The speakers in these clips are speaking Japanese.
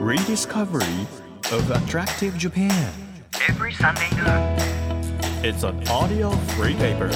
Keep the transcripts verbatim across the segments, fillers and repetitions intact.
Rediscovery of Attractive Japan Every Sunday noon It's an audio free paper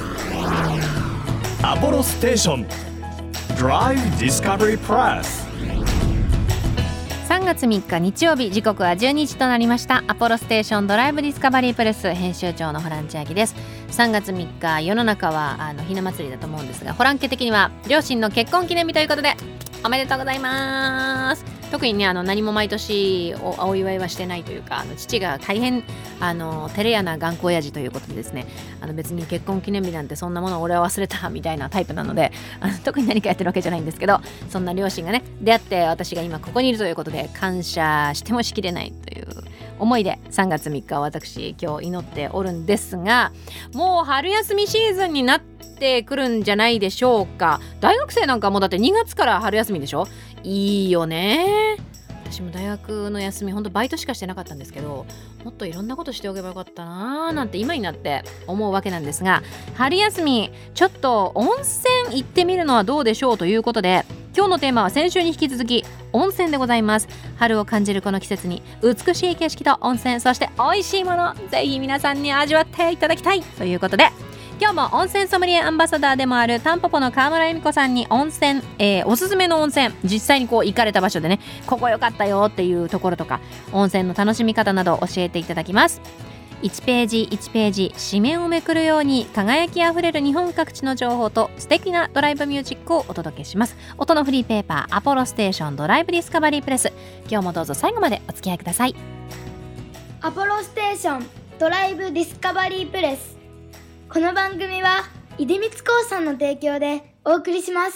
アポロステーション Drive Discovery Press さんがつみっか日曜日、時刻はじゅうにじとなりました。アポロステーションドライブディスカバリープレス編集長のホラン千秋です。さんがつみっか、世の中はあのひな祭りだと思うんですが、ホラン家的には両親の結婚記念日ということでおめでとうございます。特にね、あの何も毎年 お, お祝いはしてないというか、あの父が大変あの照れ屋な頑固親父ということでですね、あの別に結婚記念日なんてそんなもの俺は忘れたみたいなタイプなので、あの特に何かやってるわけじゃないんですけど、そんな両親がね出会って私が今ここにいるということで感謝してもしきれないという思いでさんがつみっか私今日祈っておるんですが、もう春休みシーズンになってくるんじゃないでしょうか。大学生なんかもうだってにがつから春休みでしょ。いいよね。私も大学の休みほんとバイトしかしてなかったんですけど、もっといろんなことしておけばよかったなーなんて今になって思うわけなんですが、春休みちょっと温泉行ってみるのはどうでしょうということで、今日のテーマは先週に引き続き温泉でございます。春を感じるこの季節に美しい景色と温泉、そして美味しいもの、ぜひ皆さんに味わっていただきたいということで、今日も温泉ソムリエアンバサダーでもあるタンポポの川村恵美子さんに温泉、えー、おすすめの温泉、実際にこう行かれた場所でね、ここ良かったよっていうところとか温泉の楽しみ方などを教えていただきます。いちページいちページ紙面をめくるように輝きあふれる日本各地の情報と素敵なドライブミュージックをお届けします。音のフリーペーパーアポロステーションドライブディスカバリープレス、今日もどうぞ最後までお付き合いください。 アポロステーションドライブディスカバリープレス、この番組は出光興産の提供でお送りします。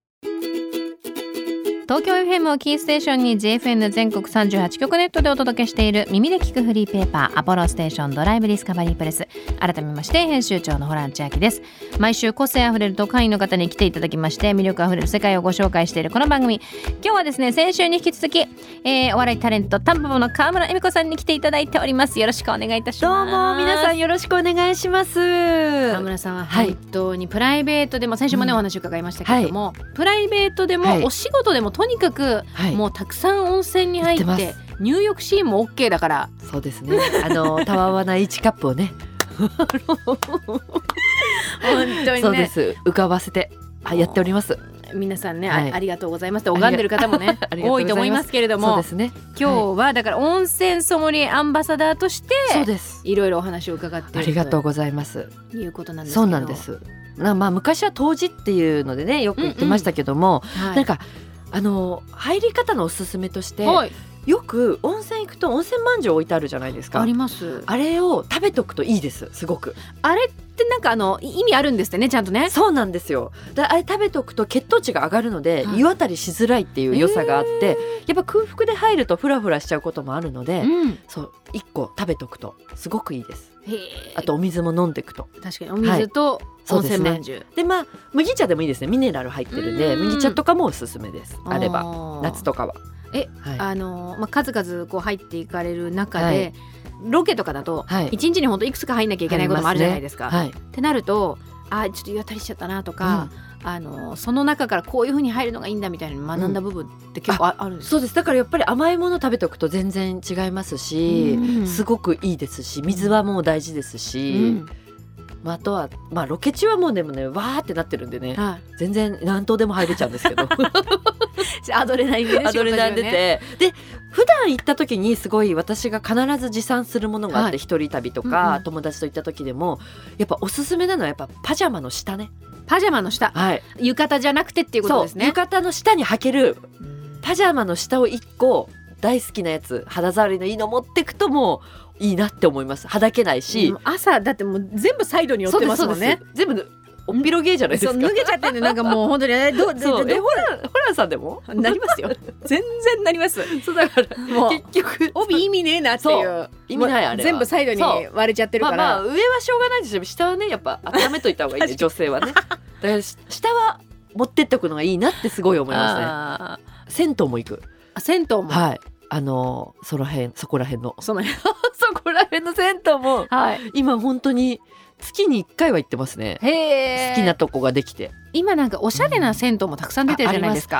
東京 エフエム をキーステーションに ジェイエフエヌ 全国さんじゅうはちきょくネットでお届けしている耳で聞くフリーペーパーアポロステーションドライブディスカバリープレス、改めまして編集長のホラン千秋です。毎週個性あふれる特派員の方に来ていただきまして、魅力あふれる世界をご紹介しているこの番組、今日はですね、先週に引き続き、えー、お笑いタレントタンポポの川村恵美子さんに来ていただいております。よろしくお願いいたします。 どうも皆さんよろしくお願いします。 川村さんは本当にプライベートでも、先週もね、うん、お話伺いましたけれども、はい、プライベートでも、はい、お仕事でもとにかく、はい、もうたくさん温泉に入って入浴シーンも OK だから。 そうですね、あのたわわないちカップをね本当にね、 そうです、浮かばせてやっております。 皆さんね、はい、あ, ありがとうございますって拝んでる方もね多いと思いますけれども、 そうですね、 今日はだから温泉ソムリエアンバサダーとして、 そうです、 いろいろお話を伺っているありがとうございますということなんですけど。 そうなんです。まあ、昔は湯治っていうのでねよく言ってましたけども、うんうん、はい、なんかあの入り方のおすすめとして、はい、よく温泉行くと温泉まんじゅう置いてあるじゃないですか。 あります。 あれを食べとくといいです。すごくあれってなんかあの意味あるんですってね、ちゃんとね。 そうなんですよ。だあれ食べとくと血糖値が上がるので、はい、湯あたりしづらいっていう良さがあって、やっぱ空腹で入るとフラフラしちゃうこともあるので、うん、そういっこ食べとくとすごくいいです。へあとお水も飲んでいくと。 確かにお水と、はい、温泉まんじゅう で,、ね、 でまあ麦茶でもいいですね。ミネラル入ってるんで麦茶とかもおすすめです。あれば夏とかはえ、はい、あのまあ、数々こう入っていかれる中で、はい、ロケとかだといちにちにほんといくつか入んなきゃいけないこともあるじゃないですか、はい、ってなるとあちょっと湯あたりしちゃったなとか、うん、あのその中からこういう風に入るのがいいんだみたいなの学んだ部分って結構 あ,、うん、あるんですか。 そうです。だからやっぱり甘いもの食べておくと全然違いますし、うん、すごくいいですし、水はもう大事ですし、うんまあ、あとは、まあ、ロケ中はもうでもねわーってなってるんでね、はい、全然何頭でも入れちゃうんですけどアドレナリンで、ね、 アドレナリン出て、ね、で普段行った時にすごい私が必ず持参するものがあって、はい、一人旅とか、うんうん、友達と行った時でもやっぱおすすめなのはやっぱパジャマの下ね。 パジャマの下、はい、浴衣じゃなくてっていうことですね。 そう浴衣の下に履けるパジャマの下をいっこ大好きなやつ肌触りのいいの持ってくともういいなって思います。はだけないし、 朝だってもう全部サイドに寄ってますもんね。 全部おっぴろげーじゃないですか。 脱げちゃってるなんかもう本当にえどそうえホランホランさんでもなりますよ全然なります。 そうだからもう結局帯意味ねえなっていう意味ないあれは全部サイドに割れちゃってるから、 まあ、まあ上はしょうがないですよ。下はねやっぱ温めといた方がいいね女性はね。だから下は持ってっておくのがいいなってすごい思いますね。銭湯も行く。 あ銭湯もはいあのその辺そこら辺のそのそこら辺の銭湯も、はい、今本当に月にいっかいは行ってますね。へー好きなとこができて。 今なんかおしゃれな銭湯もたくさん出てるじゃないですか、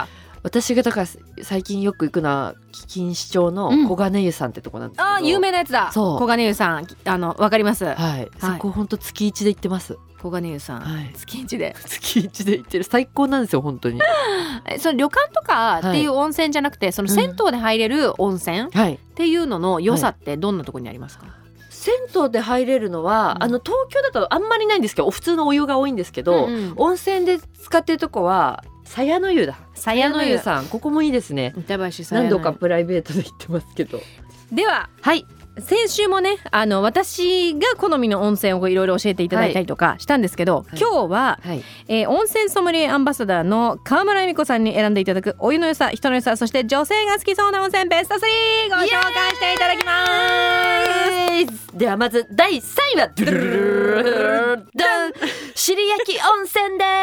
私がだから最近よく行くのは錦糸町の小金湯さんってとこなんですけど、 あ有名なやつだ。 そう小金湯さん、あのわかります。 はい、はい、そこほんと月一で行ってます。 小金湯さん、はい、月一で月一で行ってる。最高なんですよ本当にえその旅館とかっていう温泉じゃなくて、はい、その銭湯で入れる温泉、うん、っていうのの良さってどんなところにありますか？はい、 銭湯で入れるのは、うん、あの東京だとあんまりないんですけど、普通のお湯が多いんですけど、うんうん、温泉で使ってるとこは鞘の湯だ。鞘の湯さん、ここもいいですね。 板橋鞘の湯、 何度かプライベートで行ってますけど。 では、はい、先週もね、あの私が好みの温泉をいろいろ教えていただいたりとかしたんですけど、はい、今日は、はい、えー、温泉ソムリエアンバサダーの川村恵美子さんに選んでいただくお湯の良さ、人の良さ、そして女性が好きそうな温泉ベストスリーご紹介していただきます。 ではまずだいさんいはドゥルルルルルル尻焼き温泉です。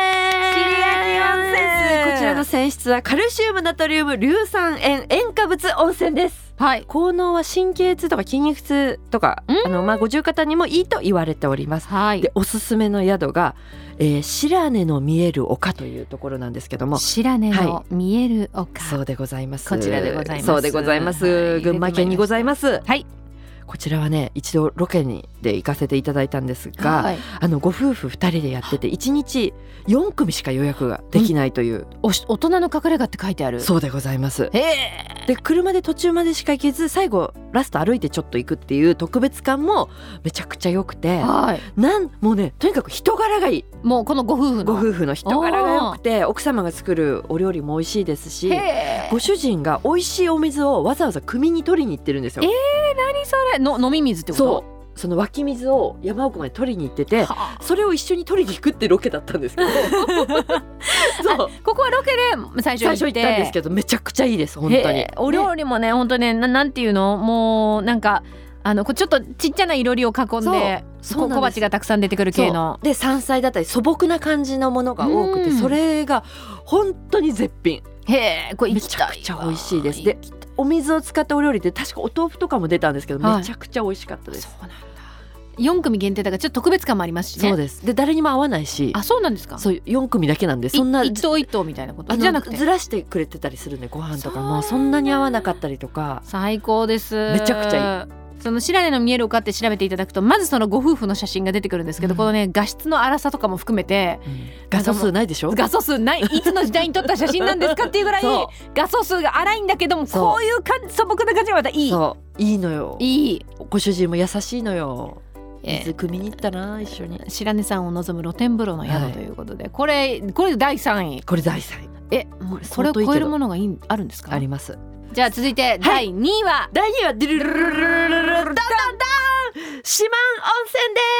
尻焼き温泉、 こちらの泉質はカルシウム、ナトリウム、硫酸塩、塩化物温泉です。はい、効能は神経痛とか筋肉痛とか、あのまあ五十肩にもいいと言われております。はい、でおすすめの宿が、えー、白根の見える丘というところなんですけども、 白根の見える丘、 はい、そうでございます。 こちらでございます。 そうでございます、はい、群馬県にございます。はい、こちらはね一度ロケにで行かせていただいたんですが、はい、あのご夫婦ふたりでやってていちにちよんくみしか予約ができないという、うん、 お大人の隠れ家って書いてある。 そうでございます。へで車で途中までしか行けず最後ラスト歩いてちょっと行くっていう特別感もめちゃくちゃ良くて、はい、なんもうねとにかく人柄がいい。 もうこのご夫婦のご夫婦の人柄が良くて、奥様が作るお料理も美味しいですし、ご主人が美味しいお水をわざわざ汲みに取りに行ってるんですよ。 えー、何それの飲み水ってこと？ そうその湧き水を山奥まで取りに行ってて、それを一緒に取りに行くってロケだったんですけどそうここはロケで最初行って最初行ったんですけど、めちゃくちゃいいです本当に。 お料理もね本当ね な, なんていうのもうなんかあのちょっとちっちゃないろりを囲んで小鉢がたくさん出てくる系ので山菜だったり素朴な感じのものが多くて、それが本当に絶品。 へー、これめちゃくちゃ美味しいです。でお水を使ったお料理で確かお豆腐とかも出たんですけど、はい、めちゃくちゃ美味しかったです。 そうなんだ。よんくみ限定だからちょっと特別感もありますしね。 そうです。で誰にも合わないし。 あ、そうなんですか。 そうよんくみだけなんで、そんな一頭一頭みたいなことじゃなくてずらしてくれてたりするんで、ご飯とかもそんなに合わなかったりとか。 最高です。 めちゃくちゃいい。 その白根の見える丘って調べていただくと、まずそのご夫婦の写真が出てくるんですけど、うん、このね画質の粗さとかも含めて、うん、 画素数ないでしょ。 画素数ない。いつの時代に撮った写真なんですかっていうぐらい画素数が粗いんだけども、こういう感じ素朴な感じがまたいい。 そういいのよ。 いい。 ご主人も優しいのよ。水汲みに行ったな一緒に。 白根山を望む露天風呂の宿ということで、はい、これこれだいさんい。 これだいさんい。 えもうこれを超えるものがいいあるんですか。 あります。 じゃあ続いてだいにいは、はい、 だいにいはドゥルルルルルルルルルルル四万温泉です。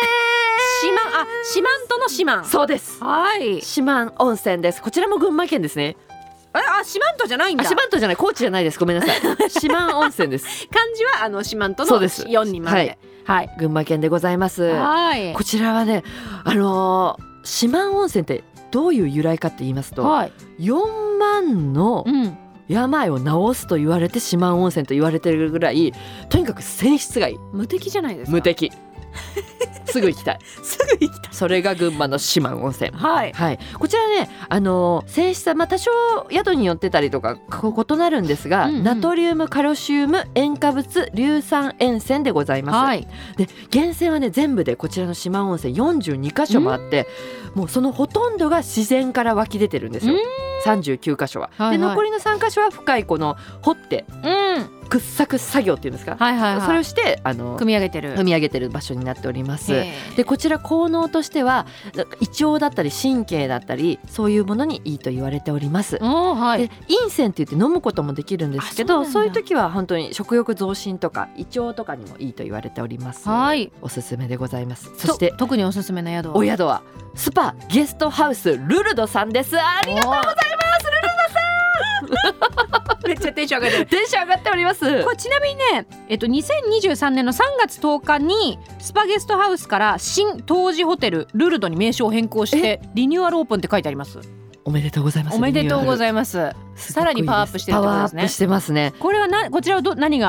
四万、あ、四万十の四万。 そうです。 はい。 四万温泉です。こちらも群馬県ですね。 あ、四万十じゃないんだ。 四万十じゃない、高知じゃないです。ごめんなさい。四万温泉です。 漢字はあの四万十のよんにまで。はい、はい、 群馬県でございます。はい。こちらはね、あのー、四万温泉ってどういう由来かって言いますと、はい、よんまんの、うん病を治すと言われて四万温泉と言われてるぐらい、とにかく泉質がいい。 無敵じゃないですか。 無敵すぐ行きたいすぐ行きたい。 それが群馬の四万温泉。 はい、 はい、こちらね、あの泉質は、まあ、多少宿によってたりとか異なるんですが、うんうん、ナトリウム、カルシウム、塩化物、硫酸塩泉でございます。はい、で源泉はね全部でこちらの四万温泉よんじゅうにかしょもあって、うん、もうそのほとんどが自然から湧き出てるんですよ。さんじゅうきゅうかしょは、はいはい、で残りのさんかしょは深いこの掘って、うん掘削作業っていうんですか、はいはいはい、それをしてあの組み上げてる組み上げてる場所になっております。でこちら効能としては胃腸だったり神経だったりそういうものにいいと言われております。はい、で陰泉って言って飲むこともできるんですけど、 そ, そういう時は本当に食欲増進とか胃腸とかにもいいと言われております。はい、おすすめでございます。そして特におすすめの宿はお宿はスパゲストハウスルルドさんです。ありがとうございますルルドさんめっちゃテンション上がってるテンション上がっております。 これちなみにね、えっと、にせんにじゅうさんねんのさんがつとおかにスパゲストハウスから新東寺ホテルルルドに名称を変更してリニューアルオープンって書いてあります。 おめでとうございます。 おめでとうございます。さらにパワーアップしてるってことですね。 パワーアップしてますね。 これはなこちらはど何が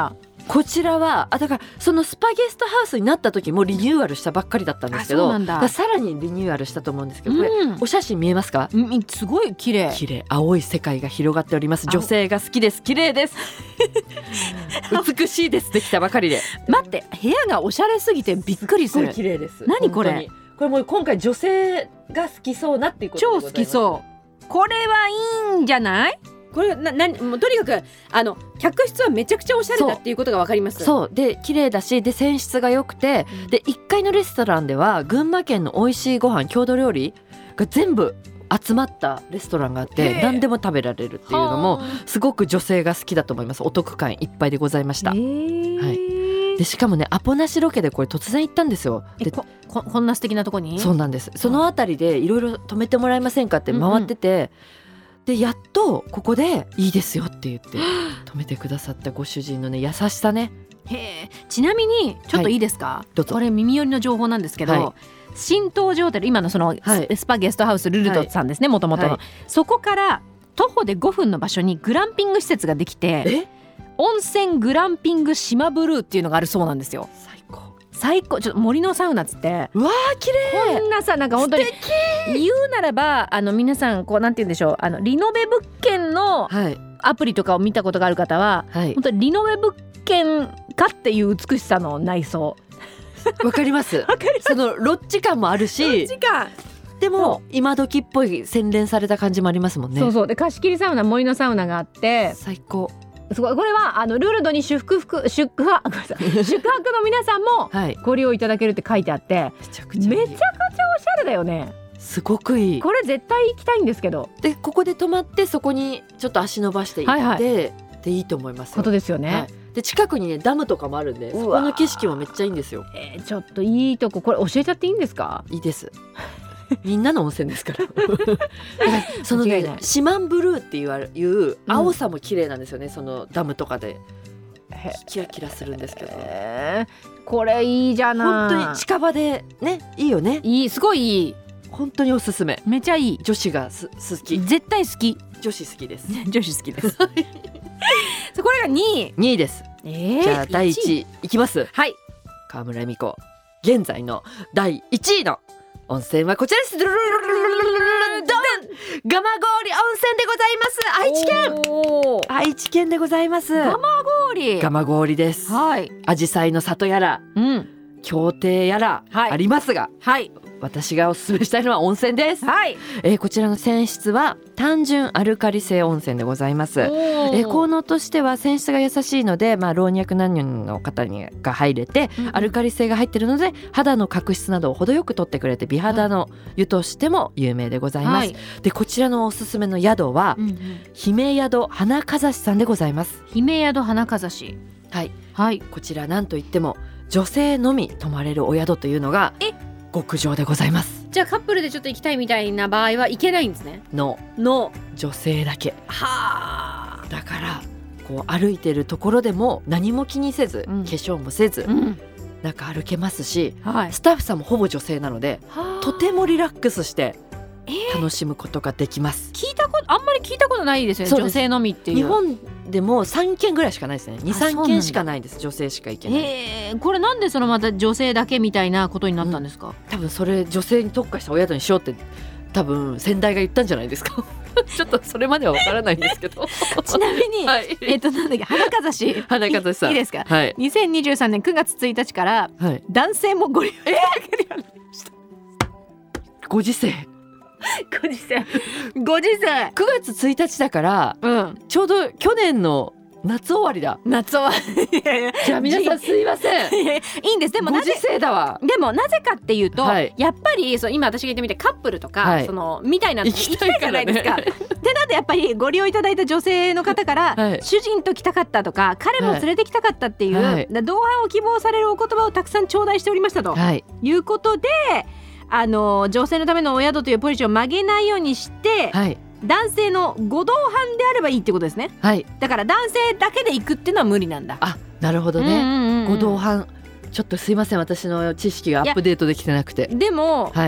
こちらはあだからそのスパゲストハウスになった時もリニューアルしたばっかりだったんですけど、 あそうなんだ。 だからさらにリニューアルしたと思うんですけど、これ、 うんお写真見えますか？ うんすごい綺麗。 綺麗、青い世界が広がっております。女性が好きです。綺麗です美しいです。できたばかりで待って部屋がおしゃれすぎてびっくりすすごる。 い綺麗です。 何これ？ 本当にこれもう今回女性が好きそうなっていうことで超ございます。 好きそう。これはいいんじゃない？これななもうとにかくあの客室はめちゃくちゃおしゃれだっていうことが分かります。 そうで綺麗だしで泉質が良くて、 うんでいっかいのレストランでは群馬県の美味しいご飯郷土料理が全部集まったレストランがあっへてえ何でも食べられるっていうのもはすごく女性が好きだと思います。お得感いっぱいでございました。 あへーはいでしかもねアポなしロケでこれ突然行ったんですよ。でえこここんな素敵なとこに？ そうなんです。そのあたりでいろいろ止めてもらえませんかって回ってて、でやっとここでいいですよって言って止めてくださったご主人のね優しさね。 へえ。ちなみにちょっといいですか？ どうぞ。 これ耳寄りの情報なんですけど、 はい新東寺ホテル今のその、 はいスパゲストハウスルルドさんですね、もともとの、 はいそこから徒歩でごふんの場所にグランピング施設ができてえ温泉グランピング島ブルーっていうのがあるそうなんですよ。 最高。 最高。ちょっと森のサウナっつってうわー綺麗。 こんなさなんか本当に言うならばあの皆さんこうなんて言うんでしょうあのリノベ物件のはいアプリとかを見たことがある方ははい本当にリノベ物件かっていう美しさの内装。 わかります。 わかります。 そのロッジ感もあるし時間でも今時っぽい洗練された感じもありますもんね。 そうそうで貸し切りサウナ森のサウナがあって最高。 すごいこれはあのルルドに宿泊宿泊ごめんなさい宿泊の皆さんもはいご利用いただけるって書いてあってめちゃくちゃいいめちゃくちゃおしゃれだよね。 すごくいい。 これ絶対行きたいんですけどでここで泊まってそこにちょっと足伸ばしていって、 はいはいでいいと思いますよ。 ことですよね、 はいで近くにねダムとかもあるんでそこの景色もめっちゃいいんですよ。 えーちょっといいとここれ教えちゃっていいんですか？ いいですみんなの温泉ですからそのね間違いないシマンブルーっていういう青さも綺麗なんですよね、そのダムとかでへキラキラするんですけど、 えーこれいいじゃない。 本当に近場でねいいよね。 いいすごいいい本当におすすめ。 めっちゃいい女子がす好き。 絶対好き女子好きです女子好きですそうこれがにい、 にいです。 えー、 じゃあだいいちいいきます。 はい川村恵美子現在のだいいちいの温泉はこちらです。ドゥルルルルルルルルルドン蒲郡温泉でございます。愛知県おー愛知県でございます。 蒲郡蒲郡です。 はい紫陽花の里やらうん協定やらはいありますが、 はい私がおすすめしたいのは温泉です。 はいえーこちらの泉質は単純アルカリ性温泉でございます。えー効能としては泉質が優しいので、まあ、老若男女の方にが入れて、 うんうんアルカリ性が入っているので肌の角質などを程よく取ってくれて美肌の湯としても有名でございます。 はいでこちらのおすすめの宿は、 うんうん姫宿花かざしさんでございます。 姫宿花かざしはい、 はいこちらなんといっても女性のみ泊まれるお宿というのがえ極上でございます。 じゃあカップルでちょっと行きたいみたいな場合は行けないんですね。 のの女性だけはあだからこう歩いてるところでも何も気にせず、 うん化粧もせず、 うんなんか歩けますし、 はいスタッフさんもほぼ女性なのでとてもリラックスしてえー楽しむことができます。 聞いたことあんまり聞いたことないですよね。 そうです女性のみっていう日本でもさんけんぐらいしかないですね。に、3 あそうなんだ軒しかないです。女性しか行けない。 えー、これなんでそのまた女性だけみたいなことになったんですか？ 多分それ女性に特化したお宿にしようって多分先代が言ったんじゃないですかちょっとそれまでは分からないんですけどちなみに、 はいえっとなんだっけ花かざし花かざしさんいいですか？ はいにせんにじゅうさんねんくがつついたちからはい男性もご利用いただけるようになりました。 ご時世ご時世ご時世くがつついたちだからうんちょうど去年の夏終わりだ。 夏はじゃあ皆さんすいませんいいんです。でもご時なぜ世だわ。 でもなぜかっていうと、 はいやっぱりそう今私が言ってみてカップルとか、 はいそのみたいなの行きたいからね行きたいじゃないですか。でなんでやっぱりご利用いただいた女性の方から、 はい主人と来たかったとか彼も連れてきたかったっていう、 はいだ同伴を希望されるお言葉をたくさん頂戴しておりましたと、 はいい、うことであの女性のためのお宿というポジションを曲げないようにして、 はい男性のご同伴であればいいってことですね。 はい。 だから男性だけで行くっていうのは無理なんだ。 あ、なるほどうんうんね。 うんうんご同伴ちょっとすいません私の知識がアップデートできてなくて。 でも、 はい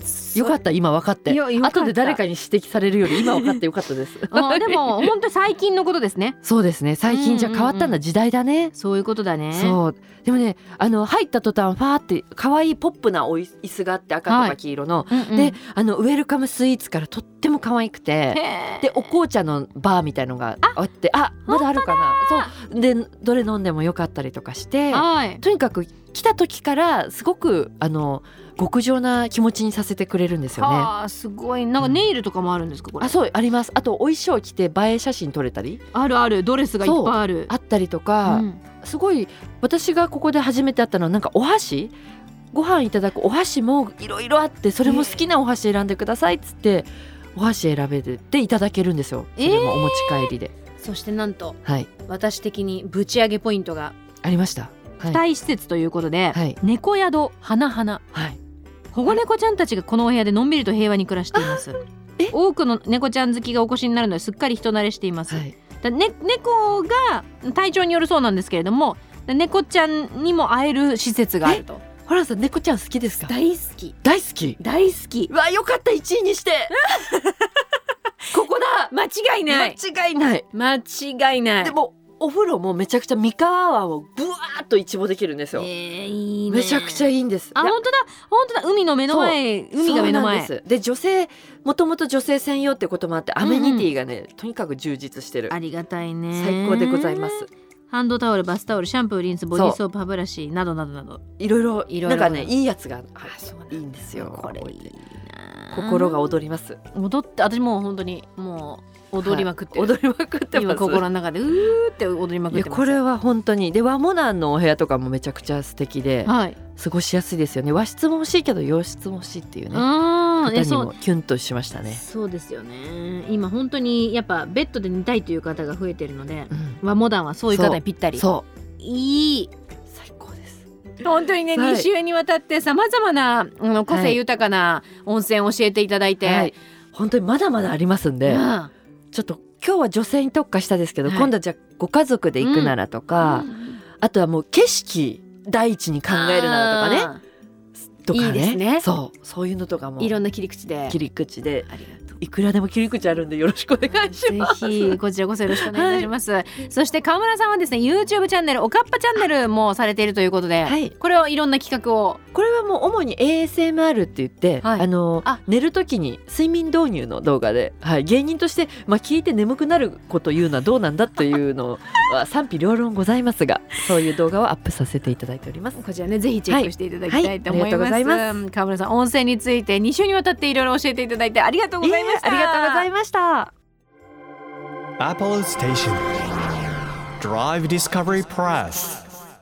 よかった今分かっていやよかった後で誰かに指摘されるより今分かってよかったですあでも本当最近のことですね。 そうですね最近じゃ変わったんだ、 うんうんうん時代だね。 そういうことだね。 そうでもねあの入った途端ファーって可愛いポップなお椅子があって赤とか黄色の、 うんうん、 であのウェルカムスイーツからとっても可愛くてへーでお紅茶のバーみたいのがあってあまだあるかなそうでどれ飲んでもよかったりとかしてはいとにかく来た時からすごくあの極上な気持ちにさせてくれるんですよね。 はあすごいなんかネイルとかもあるんですかこれ。 あそうあります。あとお衣装着て映え写真撮れたりあるあるドレスがいっぱいあるあったりとか、 うんすごい私がここで初めて会ったのはなんかお箸ご飯いただくお箸もいろいろあってそれも好きなお箸選んでくださいっつってお箸選べていただけるんですよ。それもお持ち帰りで、 そしてなんとはい私的にぶち上げポイントがありました。はい、 付帯施設ということで、 はい猫宿花花はい保護猫ちゃんたちがこのお部屋でのんびりと平和に暮らしています。 え多くの猫ちゃん好きがお越しになるのですっかり人慣れしています、 はいだね、猫が体調によるそうなんですけれども猫ちゃんにも会える施設があると。 ホランさん猫ちゃん好きですか？ 大好き大好き。 大好き。 うわよかったいちいにしてここだ間違いない間違いない。 間違いない。 でもお風呂もめちゃくちゃ三河湾をブワーッと一望できるんですよ、 えー、いいね。 めちゃくちゃいいんです。であ本当だ本当だ海の目の前海が目の前。 そうなんです。で女性もともと女性専用ってこともあってアメニティがね、うんうん、とにかく充実してる。 ありがたいね。 最高でございます。 ハンドタオルバスタオルシャンプーリンスボディーソープ歯ブラシなどなどなどいろいろいろいろなんかねいいやつがあそういいんですよ。 これいいな。 心が躍ります。 踊って私もう本当にもう踊りまくってる、 はい、踊りまくってます。 今心の中でうーって踊りまくってます。 いやこれは本当にで和モダンのお部屋とかもめちゃくちゃ素敵で、はい、過ごしやすいですよね。和室も欲しいけど洋室も欲しいっていうね方にもキュンとしましたね。 そうですよね。今本当にやっぱベッドで寝たいという方が増えてるので、うん、和モダンはそういう方にぴったり。 そういい最高です。 本当にね、はい、に週にわたってさまざまなあの個性豊かな温泉を教えていただいて、はいはい、 本当にまだまだありますんで、うん、ちょっと今日は女性に特化したですけど、はい、今度はじゃあご家族で行くならとか、うん、あとはもう景色第一に考えるならとかねとかね、いいですね。そうそういうのとかもいろんな切り口で切り口でありがとう。いくらでも切り口あるんでよろしくお願いします。 ぜひこちらこそよろしくお願いいたします、はい、そして川村さんはですね YouTube チャンネルおかっぱチャンネルもされているということで、はい、これをいろんな企画をこれはもう主に エーエスエムアール って言って、はい、あのあ寝る時に睡眠導入の動画で、はい、芸人として、まあ、聞いて眠くなること言うのはどうなんだというのは賛否両論ございますがそういう動画をアップさせていただいております。 こちらねぜひチェックしていただきたいと思います、はいはい、ありがとうございます。川村さん温泉についてに週にわたっていろいろ教えていただいてありがとうございました、 えー、ありがとうございました。 Apollo Station Drive Discovery Press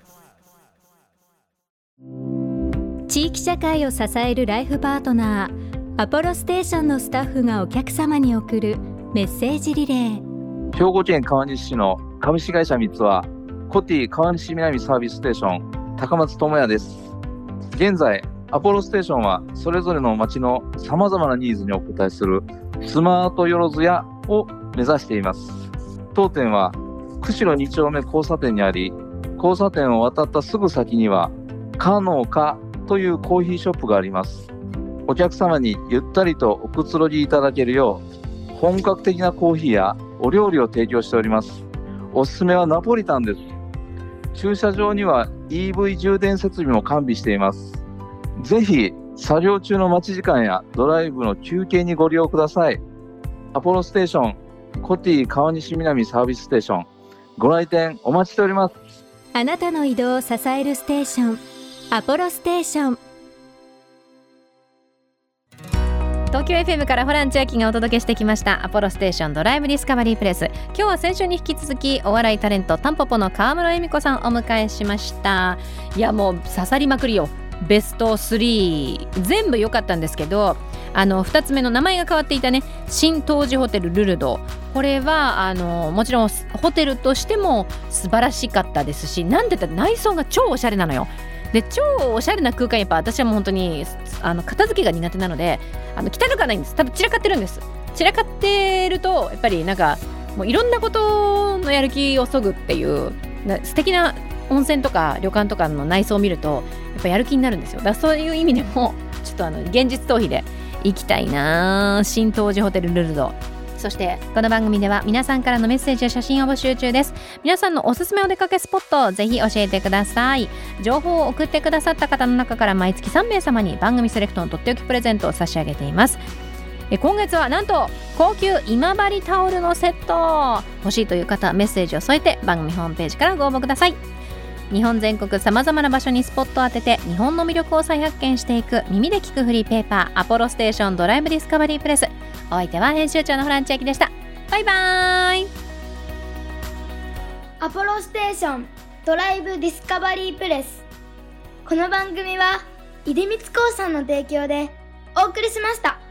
地域社会を支えるライフパートナーアポロステーションのスタッフがお客様に送るメッセージリレー。 兵庫県川西市の株式会社三つはコティ川西南サービスステーション高松智也です。現在アポロステーションはそれぞれの町のさまざまなニーズにお応えするスマートよろずやを目指しています。当店は釧路に丁目交差点にあり、交差点を渡ったすぐ先にはカノカというコーヒーショップがあります。お客様にゆったりとおくつろぎいただけるよう本格的なコーヒーやお料理を提供しております。おすすめはナポリタンです。駐車場には イーブイ 充電設備も完備しています。ぜひ作業中の待ち時間やドライブの休憩にご利用ください。アポロステーションコティ川西南サービスステーションご来店お待ちしております。 あなたの移動を支えるステーションアポロステーション。 東京 エフエム からホラン千秋がお届けしてきましたアポロステーションドライブディスカバリープレス。今日は先週に引き続きお笑いタレントタンポポの川村恵美子さんお迎えしました。いやもう刺さりまくりよ。ベストスリー全部良かったんですけど、あのふたつめの名前が変わっていたね新東寺ホテルルルド、これはあのもちろんホテルとしても素晴らしかったですし、なんて言ったら内装が超おしゃれなのよ。で超おしゃれな空間、やっぱ私はもう本当にあの片付けが苦手なのであの汚くないんです。多分散らかってるんです。散らかってるとやっぱりなんかもういろんなことのやる気をそぐっていう素敵な温泉とか旅館とかの内装を見るとやっぱやる気になるんですよ。だからそういう意味でもちょっとあの現実逃避で行きたいな。新東寺ホテルルルド。そしてこの番組では皆さんからのメッセージや写真を募集中です。皆さんのおすすめお出かけスポットをぜひ教えてください。情報を送ってくださった方の中から毎月さんめいさまに番組セレクトのとっておきプレゼントを差し上げています。え今月はなんと高級今治タオルのセット、欲しいという方はメッセージを添えて番組ホームページからご応募ください。日本全国さまざまな場所にスポットを当てて日本の魅力を再発見していく耳で聞くフリーペーパーアポロステーションドライブディスカバリープレス。お相手は編集長のホラン千秋でした。バイバーイ。 アポロステーションドライブディスカバリープレス。この番組は出光興産の提供でお送りしました。